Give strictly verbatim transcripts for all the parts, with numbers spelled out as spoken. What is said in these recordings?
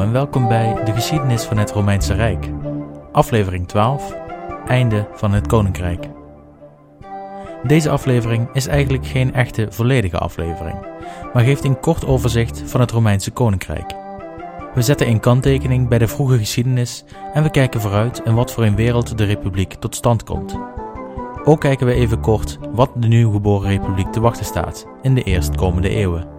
en welkom bij de geschiedenis van het Romeinse Rijk. Aflevering twaalf, einde van het Koninkrijk. Deze aflevering is eigenlijk geen echte volledige aflevering, maar geeft een kort overzicht van het Romeinse Koninkrijk. We zetten een kanttekening bij de vroege geschiedenis en we kijken vooruit in wat voor een wereld de republiek tot stand komt. Ook kijken we even kort wat de nieuw geboren republiek te wachten staat in de eerstkomende eeuwen.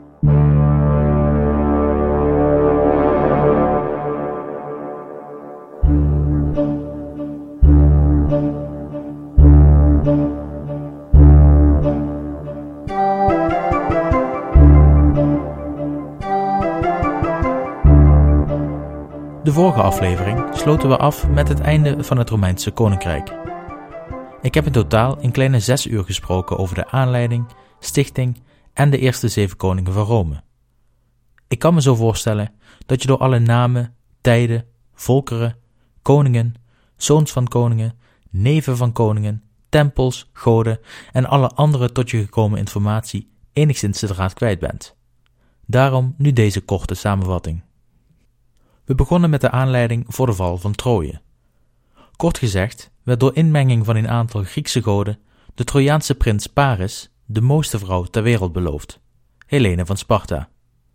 De vorige aflevering sloten we af met het einde van het Romeinse Koninkrijk. Ik heb in totaal een kleine zes uur gesproken over de aanleiding, stichting en de eerste zeven koningen van Rome. Ik kan me zo voorstellen dat je door alle namen, tijden, volkeren, koningen, zoons van koningen, neven van koningen, tempels, goden en alle andere tot je gekomen informatie enigszins de draad kwijt bent. Daarom nu deze korte samenvatting. We begonnen met de aanleiding voor de val van Troje. Kort gezegd werd door inmenging van een aantal Griekse goden de Trojaanse prins Paris de mooiste vrouw ter wereld beloofd, Helene van Sparta.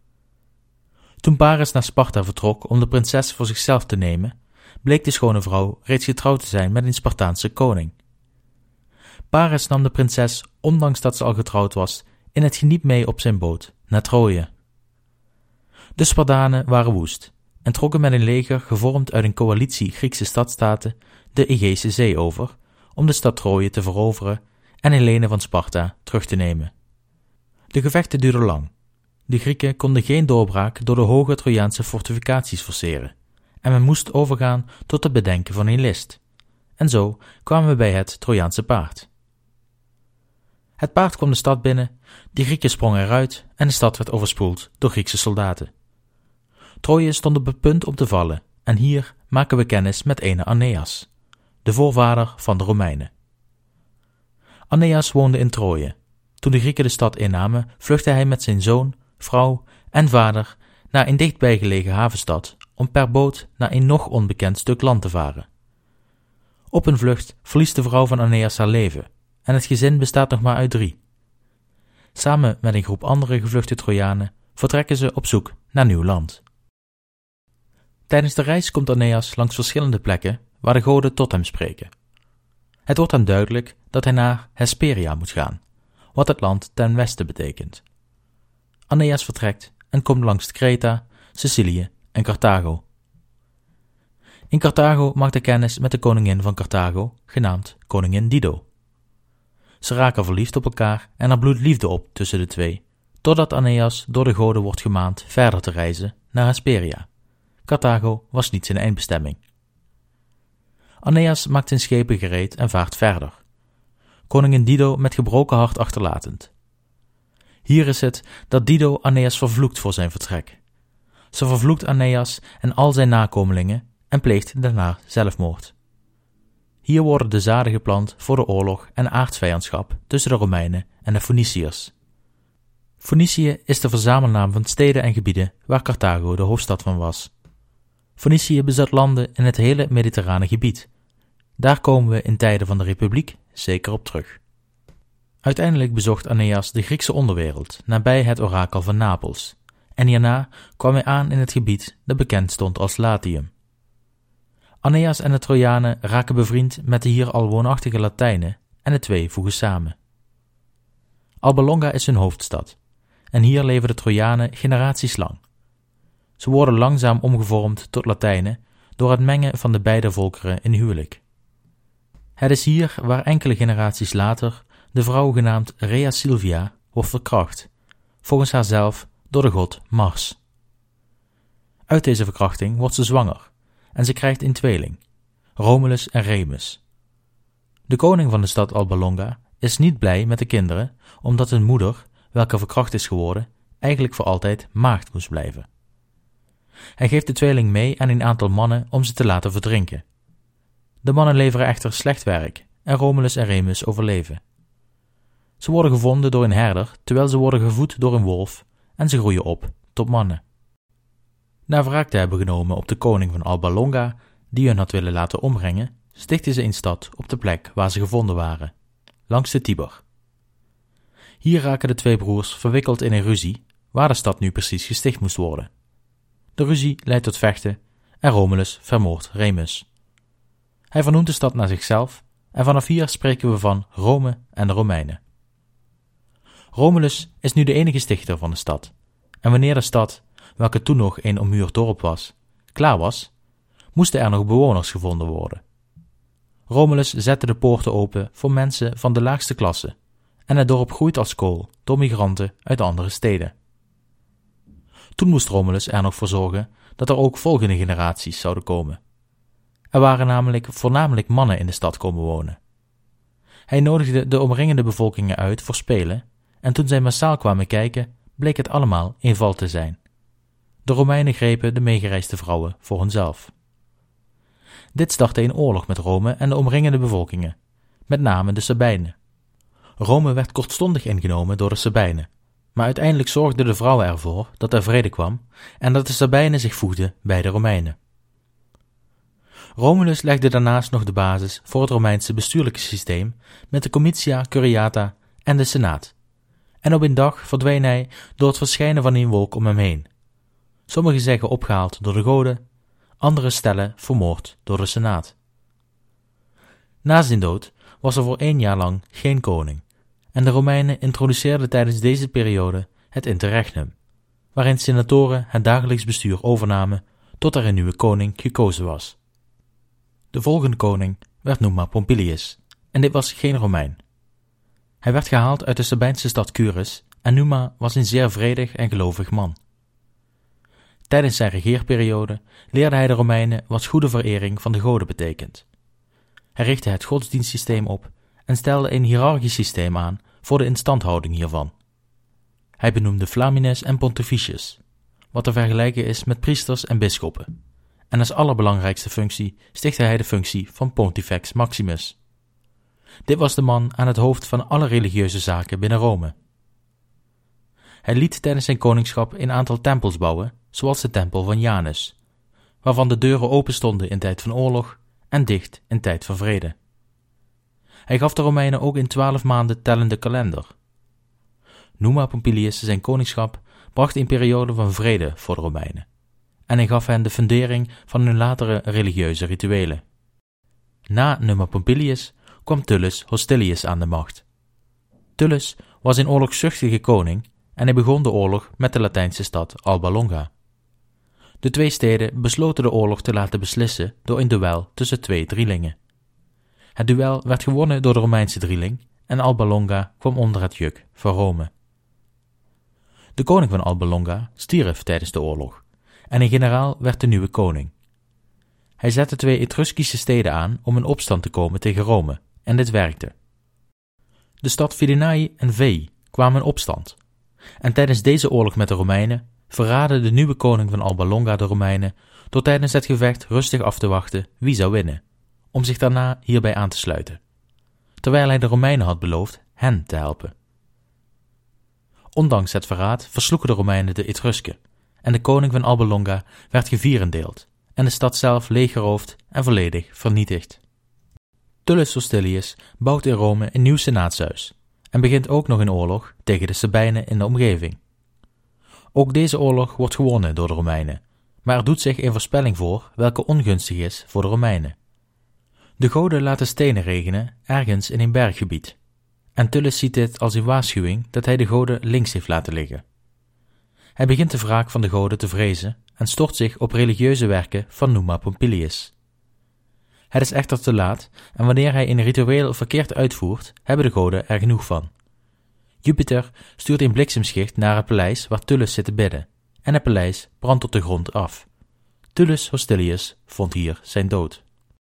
Toen Paris naar Sparta vertrok om de prinses voor zichzelf te nemen, bleek de schone vrouw reeds getrouwd te zijn met een Spartaanse koning. Paris nam de prinses, ondanks dat ze al getrouwd was, in het geniep mee op zijn boot naar Troje. De Spartanen waren woest en trokken met een leger gevormd uit een coalitie Griekse stadstaten de Egeïsche Zee over om de stad Troje te veroveren en Helene van Sparta terug te nemen. De gevechten duurden lang. De Grieken konden geen doorbraak door de hoge Trojaanse fortificaties forceren en men moest overgaan tot het bedenken van een list. En zo kwamen we bij het Trojaanse paard. Het paard kwam de stad binnen, de Grieken sprongen eruit en de stad werd overspoeld door Griekse soldaten. Troje stond op het punt om te vallen en hier maken we kennis met ene Aeneas, de voorvader van de Romeinen. Aeneas woonde in Troje. Toen de Grieken de stad innamen, vluchtte hij met zijn zoon, vrouw en vader naar een dichtbijgelegen havenstad om per boot naar een nog onbekend stuk land te varen. Op een vlucht verliest de vrouw van Aeneas haar leven en het gezin bestaat nog maar uit drie. Samen met een groep andere gevluchte Trojanen vertrekken ze op zoek naar nieuw land. Tijdens de reis komt Aeneas langs verschillende plekken waar de goden tot hem spreken. Het wordt hem duidelijk dat hij naar Hesperia moet gaan, wat het land ten westen betekent. Aeneas vertrekt en komt langs Kreta, Sicilië en Carthago. In Carthago maakt hij kennis met de koningin van Carthago, genaamd koningin Dido. Ze raken verliefd op elkaar en er bloedt liefde op tussen de twee, totdat Aeneas door de goden wordt gemaand verder te reizen naar Hesperia. Carthago was niet zijn eindbestemming. Aeneas maakt zijn schepen gereed en vaart verder, koningin Dido met gebroken hart achterlatend. Hier is het dat Dido Aeneas vervloekt voor zijn vertrek. Ze vervloekt Aeneas en al zijn nakomelingen en pleegt daarna zelfmoord. Hier worden de zaden geplant voor de oorlog en aardsvijandschap tussen de Romeinen en de Feniciërs. Fenicië is de verzamelnaam van steden en gebieden waar Carthago de hoofdstad van was. Fenicië bezat landen in het hele mediterrane gebied. Daar komen we in tijden van de Republiek zeker op terug. Uiteindelijk bezocht Aeneas de Griekse onderwereld, nabij het orakel van Napels, en hierna kwam hij aan in het gebied dat bekend stond als Latium. Aeneas en de Trojanen raken bevriend met de hier al woonachtige Latijnen en de twee voegen samen. Alba Longa is hun hoofdstad, en hier leven de Trojanen generaties lang. Ze worden langzaam omgevormd tot Latijnen door het mengen van de beide volkeren in huwelijk. Het is hier waar enkele generaties later de vrouw genaamd Rhea Silvia wordt verkracht, volgens haarzelf door de god Mars. Uit deze verkrachting wordt ze zwanger en ze krijgt een tweeling, Romulus en Remus. De koning van de stad Alba Longa is niet blij met de kinderen, omdat hun moeder, welke verkracht is geworden, eigenlijk voor altijd maagd moest blijven. Hij geeft de tweeling mee aan een aantal mannen om ze te laten verdrinken. De mannen leveren echter slecht werk en Romulus en Remus overleven. Ze worden gevonden door een herder, terwijl ze worden gevoed door een wolf en ze groeien op tot mannen. Na wraak te hebben genomen op de koning van Alba Longa, die hun had willen laten ombrengen, stichtten ze een stad op de plek waar ze gevonden waren, langs de Tiber. Hier raken de twee broers verwikkeld in een ruzie, waar de stad nu precies gesticht moest worden. De ruzie leidt tot vechten en Romulus vermoordt Remus. Hij vernoemt de stad naar zichzelf en vanaf hier spreken we van Rome en de Romeinen. Romulus is nu de enige stichter van de stad, en wanneer de stad, welke toen nog een ommuurd dorp was, klaar was, moesten er nog bewoners gevonden worden. Romulus zette de poorten open voor mensen van de laagste klasse, en het dorp groeit als kool door migranten uit andere steden. Toen moest Romulus er nog voor zorgen dat er ook volgende generaties zouden komen. Er waren namelijk voornamelijk mannen in de stad komen wonen. Hij nodigde de omringende bevolkingen uit voor spelen, en toen zij massaal kwamen kijken, bleek het allemaal een val te zijn. De Romeinen grepen de meegereisde vrouwen voor hunzelf. Dit startte een oorlog met Rome en de omringende bevolkingen, met name de Sabijnen. Rome werd kortstondig ingenomen door de Sabijnen, maar uiteindelijk zorgden de vrouwen ervoor dat er vrede kwam en dat de Sabijnen zich voegden bij de Romeinen. Romulus legde daarnaast nog de basis voor het Romeinse bestuurlijke systeem met de Comitia Curiata en de Senaat, en op een dag verdween hij door het verschijnen van een wolk om hem heen. Sommigen zeggen opgehaald door de goden, anderen stellen vermoord door de Senaat. Na zijn dood was er voor één jaar lang geen koning, en de Romeinen introduceerden tijdens deze periode het interregnum, waarin senatoren het dagelijks bestuur overnamen tot er een nieuwe koning gekozen was. De volgende koning werd Numa Pompilius, en dit was geen Romein. Hij werd gehaald uit de Sabijnse stad Curus, en Numa was een zeer vredig en gelovig man. Tijdens zijn regeerperiode leerde hij de Romeinen wat goede verering van de goden betekent. Hij richtte het godsdienstsysteem op en stelde een hiërarchisch systeem aan voor de instandhouding hiervan. Hij benoemde Flamines en Pontificius, wat te vergelijken is met priesters en bisschoppen, en als allerbelangrijkste functie stichtte hij de functie van Pontifex Maximus. Dit was de man aan het hoofd van alle religieuze zaken binnen Rome. Hij liet tijdens zijn koningschap een aantal tempels bouwen, zoals de tempel van Janus, waarvan de deuren open stonden in tijd van oorlog en dicht in tijd van vrede. Hij gaf de Romeinen ook een twaalf maanden tellende kalender. Numa Pompilius zijn koningschap bracht een periode van vrede voor de Romeinen, en hij gaf hen de fundering van hun latere religieuze rituelen. Na Numa Pompilius kwam Tullus Hostilius aan de macht. Tullus was een oorlogszuchtige koning en hij begon de oorlog met de Latijnse stad Alba Longa. De twee steden besloten de oorlog te laten beslissen door een duel tussen twee drielingen. Het duel werd gewonnen door de Romeinse drieling en Alba Longa kwam onder het juk van Rome. De koning van Alba Longa stierf tijdens de oorlog en een generaal werd de nieuwe koning. Hij zette twee Etruskische steden aan om in opstand te komen tegen Rome en dit werkte. De stad Fidenae en Veii kwamen in opstand en tijdens deze oorlog met de Romeinen verraadde de nieuwe koning van Alba Longa de Romeinen door tijdens het gevecht rustig af te wachten wie zou winnen, om zich daarna hierbij aan te sluiten, terwijl hij de Romeinen had beloofd hen te helpen. Ondanks het verraad versloegen de Romeinen de Etrusken en de koning van Alba Longa werd gevierendeeld en de stad zelf leeggeroofd en volledig vernietigd. Tullus Hostilius bouwt in Rome een nieuw senaatshuis en begint ook nog een oorlog tegen de Sabijnen in de omgeving. Ook deze oorlog wordt gewonnen door de Romeinen, maar er doet zich een voorspelling voor welke ongunstig is voor de Romeinen. De goden laten stenen regenen ergens in een berggebied, en Tullus ziet dit als een waarschuwing dat hij de goden links heeft laten liggen. Hij begint de wraak van de goden te vrezen en stort zich op religieuze werken van Numa Pompilius. Het is echter te laat en wanneer hij een ritueel verkeerd uitvoert, hebben de goden er genoeg van. Jupiter stuurt een bliksemschicht naar het paleis waar Tullus zit te bidden, en het paleis brandt tot de grond af. Tullus Hostilius vond hier zijn dood.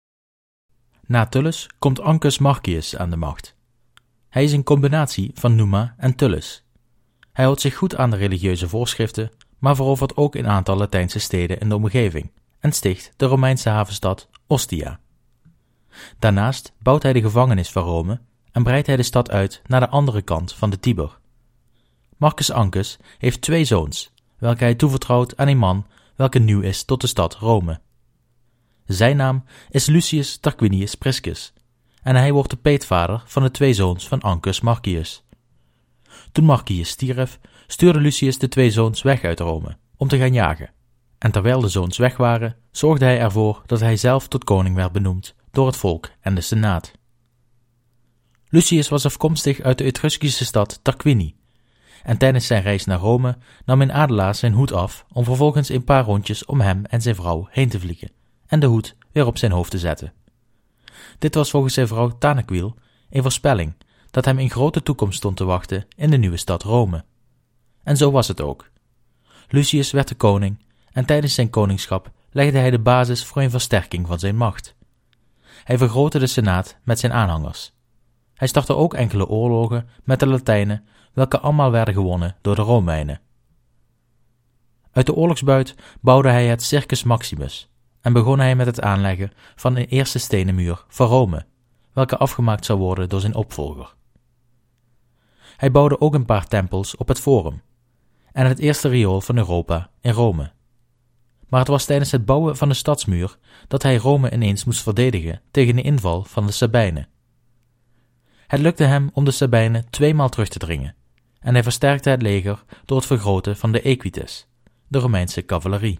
Na Tullus komt Ancus Marcius aan de macht. Hij is een combinatie van Numa en Tullus. Hij houdt zich goed aan de religieuze voorschriften, maar verovert ook een aantal Latijnse steden in de omgeving en sticht de Romeinse havenstad Ostia. Daarnaast bouwt hij de gevangenis van Rome en breidt hij de stad uit naar de andere kant van de Tiber. Marcus Ancus heeft twee zoons, welke hij toevertrouwt aan een man welke nieuw is tot de stad Rome. Zijn naam is Lucius Tarquinius Priscus en hij wordt de peetvader van de twee zoons van Ancus Marcius. Toen Marcius stierf, stuurde Lucius de twee zoons weg uit Rome om te gaan jagen. En terwijl de zoons weg waren, zorgde hij ervoor dat hij zelf tot koning werd benoemd door het volk en de senaat. Lucius was afkomstig uit de Etruskische stad Tarquini, en tijdens zijn reis naar Rome nam een adelaar zijn hoed af om vervolgens een paar rondjes om hem en zijn vrouw heen te vliegen en de hoed weer op zijn hoofd te zetten. Dit was volgens zijn vrouw Tanaquil een voorspelling dat hem een grote toekomst stond te wachten in de nieuwe stad Rome. En zo was het ook. Lucius werd de koning en tijdens zijn koningschap legde hij de basis voor een versterking van zijn macht. Hij vergrootte de senaat met zijn aanhangers. Hij startte ook enkele oorlogen met de Latijnen, welke allemaal werden gewonnen door de Romeinen. Uit de oorlogsbuit bouwde hij het Circus Maximus en begon hij met het aanleggen van een eerste stenen muur voor Rome, welke afgemaakt zou worden door zijn opvolger. Hij bouwde ook een paar tempels op het Forum en het eerste riool van Europa in Rome. Maar het was tijdens het bouwen van de stadsmuur dat hij Rome ineens moest verdedigen tegen de inval van de Sabijnen. Het lukte hem om de Sabijnen tweemaal terug te dringen en hij versterkte het leger door het vergroten van de Equites, de Romeinse cavalerie.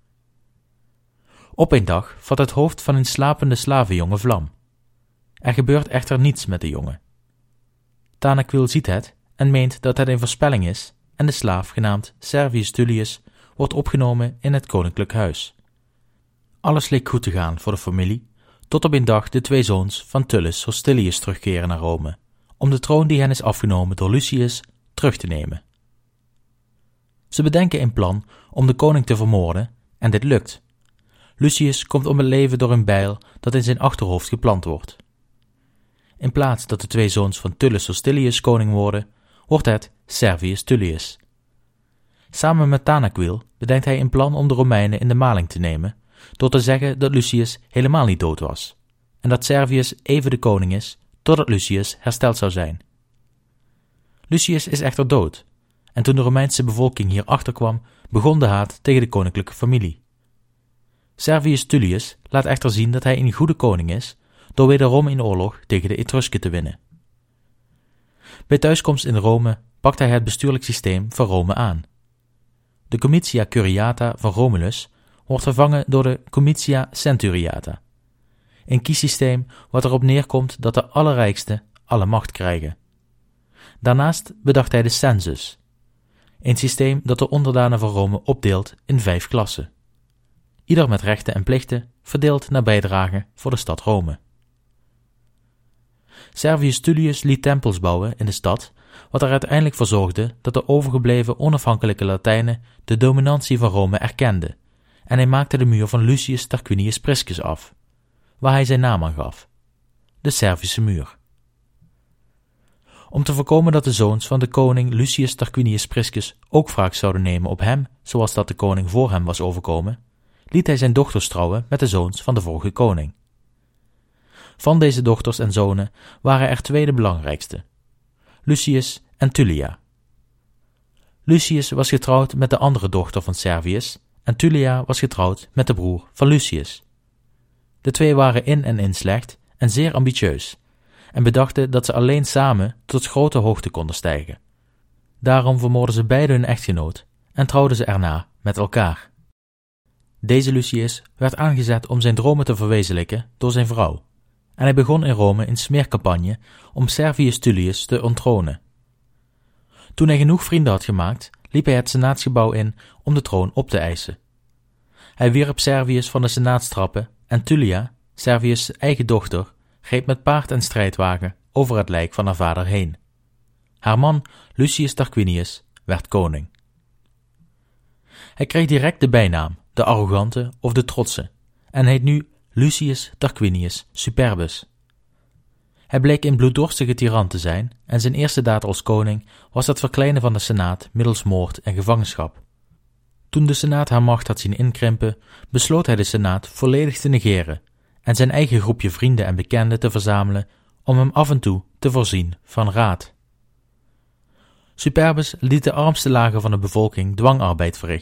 Op een dag vat het hoofd van een slapende slavenjongen vlam. Er gebeurt echter niets met de jongen. Tanaquil ziet het en meent dat het een voorspelling is en de slaaf, genaamd Servius Tullius, wordt opgenomen in het koninklijk huis. Alles leek goed te gaan voor de familie, tot op een dag de twee zoons van Tullus Hostilius terugkeren naar Rome, om de troon die hen is afgenomen door Lucius terug te nemen. Ze bedenken een plan om de koning te vermoorden en dit lukt. Lucius komt om het leven door een bijl dat in zijn achterhoofd geplant wordt. In plaats dat de twee zoons van Tullus Hostilius koning worden, wordt het Servius Tullius. Samen met Tanaquil bedenkt hij een plan om de Romeinen in de maling te nemen, door te zeggen dat Lucius helemaal niet dood was, en dat Servius even de koning is, totdat Lucius hersteld zou zijn. Lucius is echter dood, en toen de Romeinse bevolking hierachter kwam, begon de haat tegen de koninklijke familie. Servius Tullius laat echter zien dat hij een goede koning is, door wederom in oorlog tegen de Etrusken te winnen. Bij thuiskomst in Rome pakt hij het bestuurlijk systeem van Rome aan. De Comitia Curiata van Romulus wordt vervangen door de Comitia Centuriata, een kiessysteem wat erop neerkomt dat de allerrijksten alle macht krijgen. Daarnaast bedacht hij de census, een systeem dat de onderdanen van Rome opdeelt in vijf klassen, ieder met rechten en plichten, verdeeld naar bijdrage voor de stad Rome. Servius Tullius liet tempels bouwen in de stad, wat er uiteindelijk voor zorgde dat de overgebleven onafhankelijke Latijnen de dominantie van Rome erkenden, en hij maakte de muur van Lucius Tarquinius Priscus af, waar hij zijn naam aan gaf, de Servische muur. Om te voorkomen dat de zoons van de koning Lucius Tarquinius Priscus ook wraak zouden nemen op hem, zoals dat de koning voor hem was overkomen, liet hij zijn dochters trouwen met de zoons van de vorige koning. Van deze dochters en zonen waren er twee de belangrijkste, Lucius en Tullia. Lucius was getrouwd met de andere dochter van Servius en Tullia was getrouwd met de broer van Lucius. De twee waren in en in slecht en zeer ambitieus en bedachten dat ze alleen samen tot grote hoogte konden stijgen. Daarom vermoordden ze beide hun echtgenoot en trouwden ze erna met elkaar. Deze Lucius werd aangezet om zijn dromen te verwezenlijken door zijn vrouw, en hij begon in Rome een smeercampagne om Servius Tullius te onttronen. Toen hij genoeg vrienden had gemaakt, liep hij het senaatsgebouw in om de troon op te eisen. Hij wierp Servius van de senaatstrappen en Tullia, Servius' eigen dochter, greep met paard en strijdwagen over het lijk van haar vader heen. Haar man, Lucius Tarquinius, werd koning. Hij kreeg direct de bijnaam de arrogante of de trotse en heet nu Lucius Tarquinius Superbus. Hij bleek een bloeddorstige tiran te zijn en zijn eerste daad als koning was het verkleinen van de senaat middels moord en gevangenschap. Toen de senaat haar macht had zien inkrimpen, besloot hij de senaat volledig te negeren en zijn eigen groepje vrienden en bekenden te verzamelen om hem af en toe te voorzien van raad. Superbus liet de armste lagen van de bevolking dwangarbeid verrichten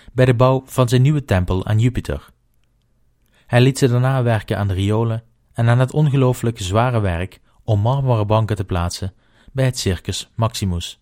bij de bouw van zijn nieuwe tempel aan Jupiter. Hij liet ze daarna werken aan de riolen en aan het ongelooflijk zware werk om marmeren banken te plaatsen bij het Circus Maximus.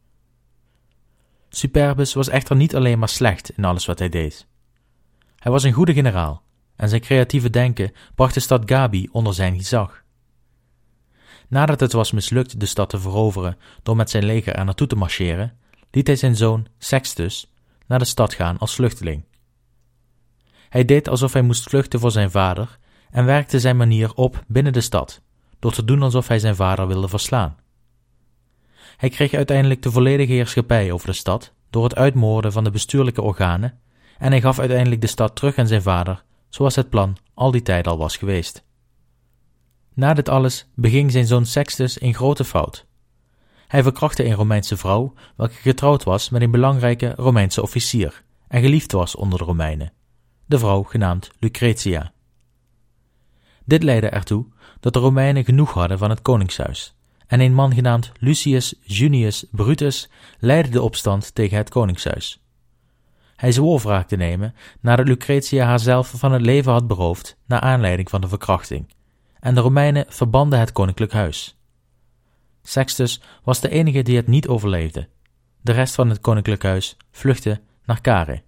Superbus was echter niet alleen maar slecht in alles wat hij deed. Hij was een goede generaal en zijn creatieve denken bracht de stad Gabii onder zijn gezag. Nadat het was mislukt de stad te veroveren door met zijn leger er naartoe te marcheren, liet hij zijn zoon Sextus naar de stad gaan als vluchteling. Hij deed alsof hij moest vluchten voor zijn vader en werkte zijn manier op binnen de stad, door te doen alsof hij zijn vader wilde verslaan. Hij kreeg uiteindelijk de volledige heerschappij over de stad door het uitmoorden van de bestuurlijke organen en hij gaf uiteindelijk de stad terug aan zijn vader, zoals het plan al die tijd al was geweest. Na dit alles beging zijn zoon Sextus een grote fout. Hij verkrachtte een Romeinse vrouw, welke getrouwd was met een belangrijke Romeinse officier en geliefd was onder de Romeinen, de vrouw genaamd Lucretia. Dit leidde ertoe dat de Romeinen genoeg hadden van het koningshuis, en een man genaamd Lucius Junius Brutus leidde de opstand tegen het koningshuis. Hij zwoer wraak te nemen nadat Lucretia haarzelf van het leven had beroofd naar aanleiding van de verkrachting, en de Romeinen verbanden het koninklijk huis. Sextus was de enige die het niet overleefde. De rest van het koninklijk huis vluchtte naar Carrhae.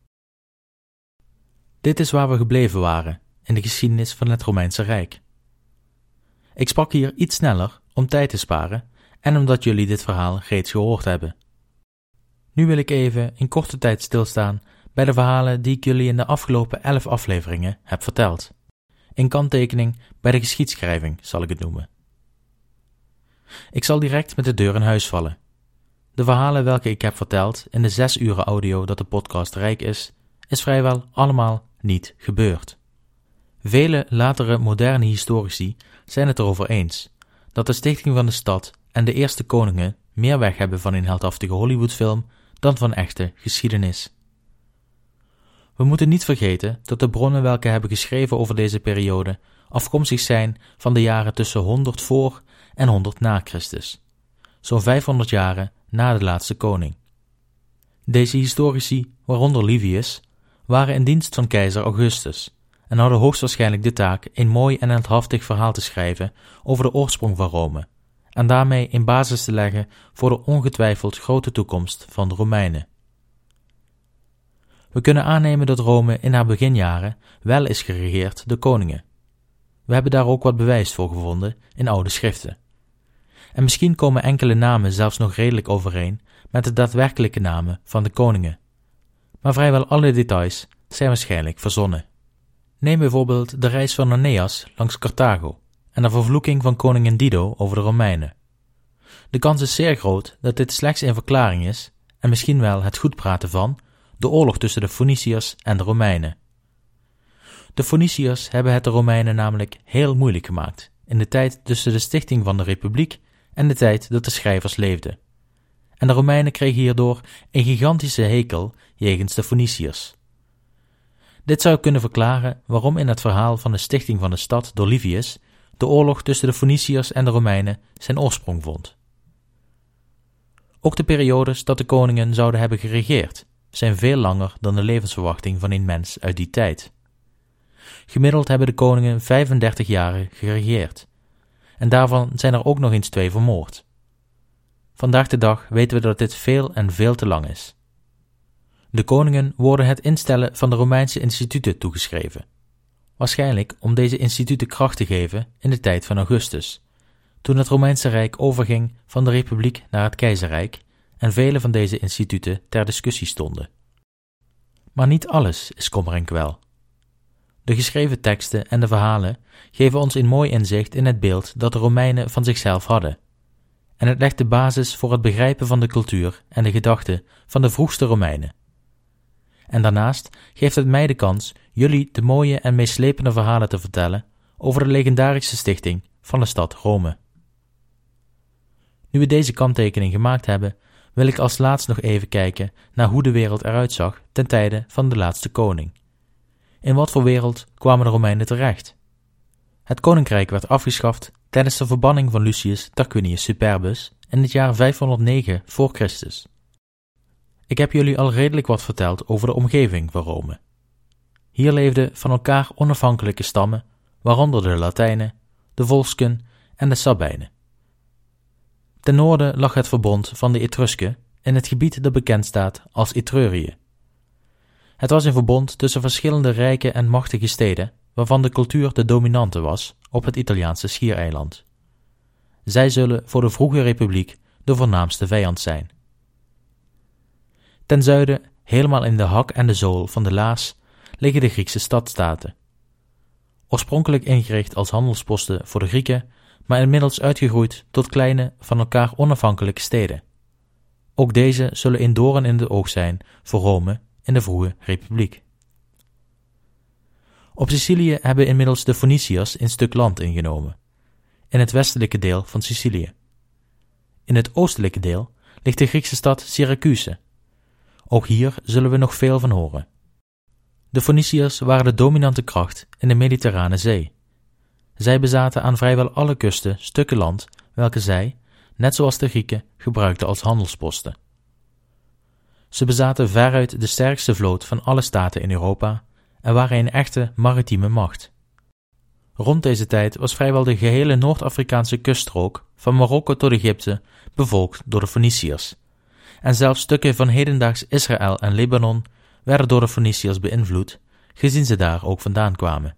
Dit is waar we gebleven waren in de geschiedenis van het Romeinse Rijk. Ik sprak hier iets sneller om tijd te sparen en omdat jullie dit verhaal reeds gehoord hebben. Nu wil ik even in korte tijd stilstaan bij de verhalen die ik jullie in de afgelopen elf afleveringen heb verteld. In kanttekening bij de geschiedschrijving zal ik het noemen. Ik zal direct met de deur in huis vallen. De verhalen welke ik heb verteld in de zes uren audio dat de podcast rijk is, is vrijwel allemaal niet gebeurd. Vele latere moderne historici zijn het erover eens dat de stichting van de stad en de eerste koningen meer weg hebben van een heldhaftige Hollywoodfilm dan van echte geschiedenis. We moeten niet vergeten dat de bronnen welke hebben geschreven over deze periode afkomstig zijn van de jaren tussen honderd voor en honderd na Christus, zo'n vijfhonderd jaren na de laatste koning. Deze historici, waaronder Livius, waren in dienst van keizer Augustus en hadden hoogstwaarschijnlijk de taak een mooi en heldhaftig verhaal te schrijven over de oorsprong van Rome en daarmee een basis te leggen voor de ongetwijfeld grote toekomst van de Romeinen. We kunnen aannemen dat Rome in haar beginjaren wel is geregeerd door koningen. We hebben daar ook wat bewijs voor gevonden in oude schriften. En misschien komen enkele namen zelfs nog redelijk overeen met de daadwerkelijke namen van de koningen. Maar vrijwel alle details zijn waarschijnlijk verzonnen. Neem bijvoorbeeld de reis van Aeneas langs Carthago en de vervloeking van koningin Dido over de Romeinen. De kans is zeer groot dat dit slechts een verklaring is, en misschien wel het goedpraten van, de oorlog tussen de Fœniciërs en de Romeinen. De Fœniciërs hebben het de Romeinen namelijk heel moeilijk gemaakt in de tijd tussen de stichting van de Republiek en de tijd dat de schrijvers leefden. En de Romeinen kregen hierdoor een gigantische hekel jegens de Fœniciërs. Dit zou kunnen verklaren waarom in het verhaal van de stichting van de stad door Livius de oorlog tussen de Fœniciërs en de Romeinen zijn oorsprong vond. Ook de periodes dat de koningen zouden hebben geregeerd zijn veel langer dan de levensverwachting van een mens uit die tijd. Gemiddeld hebben de koningen vijfendertig jaren geregeerd, en daarvan zijn er ook nog eens twee vermoord. Vandaag de dag weten we dat dit veel en veel te lang is. De koningen worden het instellen van de Romeinse instituten toegeschreven, waarschijnlijk om deze instituten kracht te geven in de tijd van Augustus, toen het Romeinse Rijk overging van de Republiek naar het Keizerrijk en vele van deze instituten ter discussie stonden. Maar niet alles is kommer en kwel. De geschreven teksten en de verhalen geven ons een mooi inzicht in het beeld dat de Romeinen van zichzelf hadden, en het legt de basis voor het begrijpen van de cultuur en de gedachten van de vroegste Romeinen. En daarnaast geeft het mij de kans jullie de mooie en meeslepende verhalen te vertellen over de legendarische stichting van de stad Rome. Nu we deze kanttekening gemaakt hebben, wil ik als laatst nog even kijken naar hoe de wereld eruit zag ten tijde van de laatste koning. In wat voor wereld kwamen de Romeinen terecht? Het koninkrijk werd afgeschaft tijdens de verbanning van Lucius Tarquinius Superbus in het jaar vijfhonderdnegen voor Christus. Ik heb jullie al redelijk wat verteld over de omgeving van Rome. Hier leefden van elkaar onafhankelijke stammen, waaronder de Latijnen, de Volsken en de Sabijnen. Ten noorden lag het verbond van de Etrusken in het gebied dat bekend staat als Etrurië. Het was een verbond tussen verschillende rijke en machtige steden, waarvan de cultuur de dominante was op het Italiaanse schiereiland. Zij zullen voor de vroege republiek de voornaamste vijand zijn. Ten zuiden, helemaal in de hak en de zool van de Laas, liggen de Griekse stadstaten. Oorspronkelijk ingericht als handelsposten voor de Grieken, maar inmiddels uitgegroeid tot kleine, van elkaar onafhankelijke steden. Ook deze zullen een doorn in de oog zijn voor Rome in de vroege republiek. Op Sicilië hebben inmiddels de Feniciërs een stuk land ingenomen, in het westelijke deel van Sicilië. In het oostelijke deel ligt de Griekse stad Syracuse. Ook hier zullen we nog veel van horen. De Feniciërs waren de dominante kracht in de Mediterrane Zee. Zij bezaten aan vrijwel alle kusten stukken land, welke zij, net zoals de Grieken, gebruikten als handelsposten. Ze bezaten veruit de sterkste vloot van alle staten in Europa en waren een echte maritieme macht. Rond deze tijd was vrijwel de gehele Noord-Afrikaanse kuststrook, van Marokko tot Egypte, bevolkt door de Feniciërs. En zelfs stukken van hedendaags Israël en Libanon werden door de Feniciërs beïnvloed, gezien ze daar ook vandaan kwamen.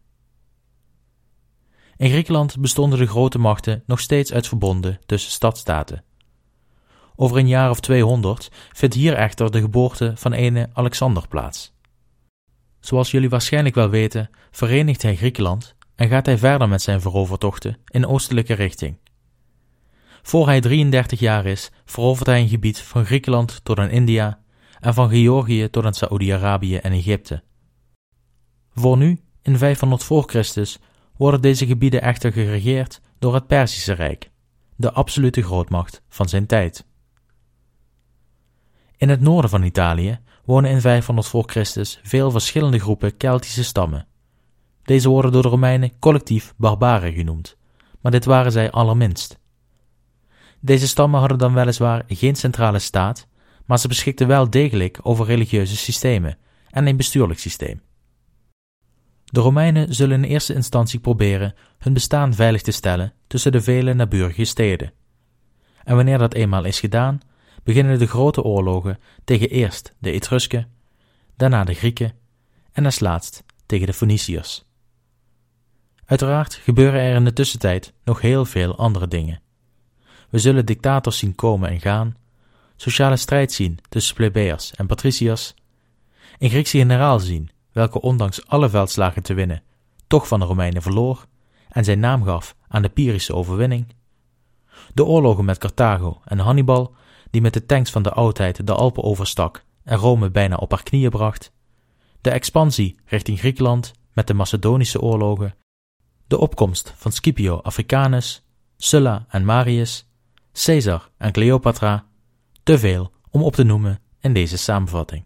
In Griekenland bestonden de grote machten nog steeds uit verbonden tussen stadstaten. Over een jaar of tweehonderd vindt hier echter de geboorte van ene Alexander plaats. Zoals jullie waarschijnlijk wel weten, verenigt hij Griekenland en gaat hij verder met zijn verovertochten in oostelijke richting. Voor hij drieëndertig jaar is, verovert hij een gebied van Griekenland tot aan India en van Georgië tot aan Saoedi-Arabië en Egypte. Voor nu, in vijfhonderd voor Christus, worden deze gebieden echter geregeerd door het Perzische Rijk, de absolute grootmacht van zijn tijd. In het noorden van Italië wonen in vijfhonderd voor Christus veel verschillende groepen Keltische stammen. Deze worden door de Romeinen collectief barbaren genoemd, maar dit waren zij allerminst. Deze stammen hadden dan weliswaar geen centrale staat, maar ze beschikten wel degelijk over religieuze systemen en een bestuurlijk systeem. De Romeinen zullen in eerste instantie proberen hun bestaan veilig te stellen tussen de vele naburige steden. En wanneer dat eenmaal is gedaan, beginnen de grote oorlogen tegen eerst de Etrusken, daarna de Grieken en als laatst tegen de Feniciërs. Uiteraard gebeuren er in de tussentijd nog heel veel andere dingen. We zullen dictators zien komen en gaan, sociale strijd zien tussen plebeiers en patriciërs, een Griekse generaal zien, welke ondanks alle veldslagen te winnen, toch van de Romeinen verloor en zijn naam gaf aan de Pyrische overwinning, de oorlogen met Carthago en Hannibal, die met de tanks van de oudheid de Alpen overstak en Rome bijna op haar knieën bracht, de expansie richting Griekenland met de Macedonische oorlogen, de opkomst van Scipio Africanus, Sulla en Marius, Caesar en Cleopatra, te veel om op te noemen in deze samenvatting.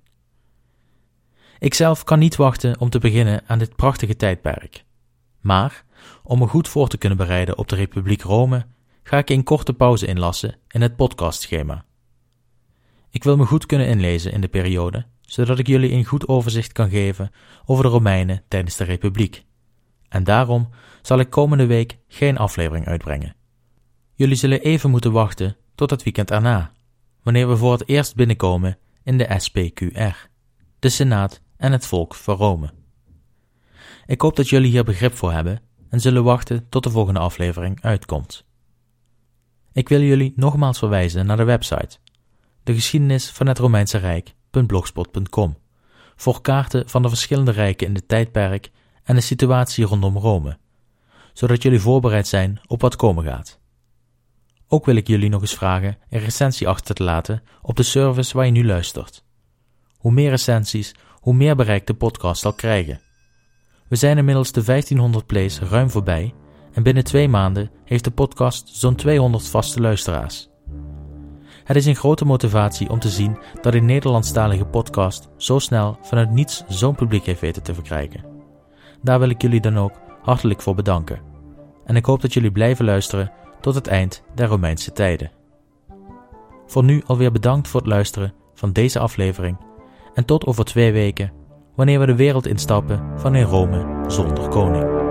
Ikzelf kan niet wachten om te beginnen aan dit prachtige tijdperk. Maar, om me goed voor te kunnen bereiden op de Republiek Rome, ga ik een korte pauze inlassen in het podcastschema. Ik wil me goed kunnen inlezen in de periode, zodat ik jullie een goed overzicht kan geven over de Romeinen tijdens de Republiek. En daarom zal ik komende week geen aflevering uitbrengen. Jullie zullen even moeten wachten tot het weekend erna, wanneer we voor het eerst binnenkomen in de S P Q R, de Senaat en het volk van Rome. Ik hoop dat jullie hier begrip voor hebben en zullen wachten tot de volgende aflevering uitkomt. Ik wil jullie nogmaals verwijzen naar de website de geschiedenis van het Romeinse Rijk punt blogspot punt com voor kaarten van de verschillende rijken in dit tijdperk en de situatie rondom Rome, zodat jullie voorbereid zijn op wat komen gaat. Ook wil ik jullie nog eens vragen een recensie achter te laten op de service waar je nu luistert. Hoe meer recensies, hoe meer bereik de podcast zal krijgen. We zijn inmiddels de vijftienhonderd plays ruim voorbij en binnen twee maanden heeft de podcast zo'n tweehonderd vaste luisteraars. Het is een grote motivatie om te zien dat een Nederlandstalige podcast zo snel vanuit niets zo'n publiek heeft weten te verkrijgen. Daar wil ik jullie dan ook hartelijk voor bedanken. En ik hoop dat jullie blijven luisteren tot het eind der Romeinse tijden. Voor nu alweer bedankt voor het luisteren van deze aflevering en tot over twee weken, wanneer we de wereld instappen van in Rome zonder koning.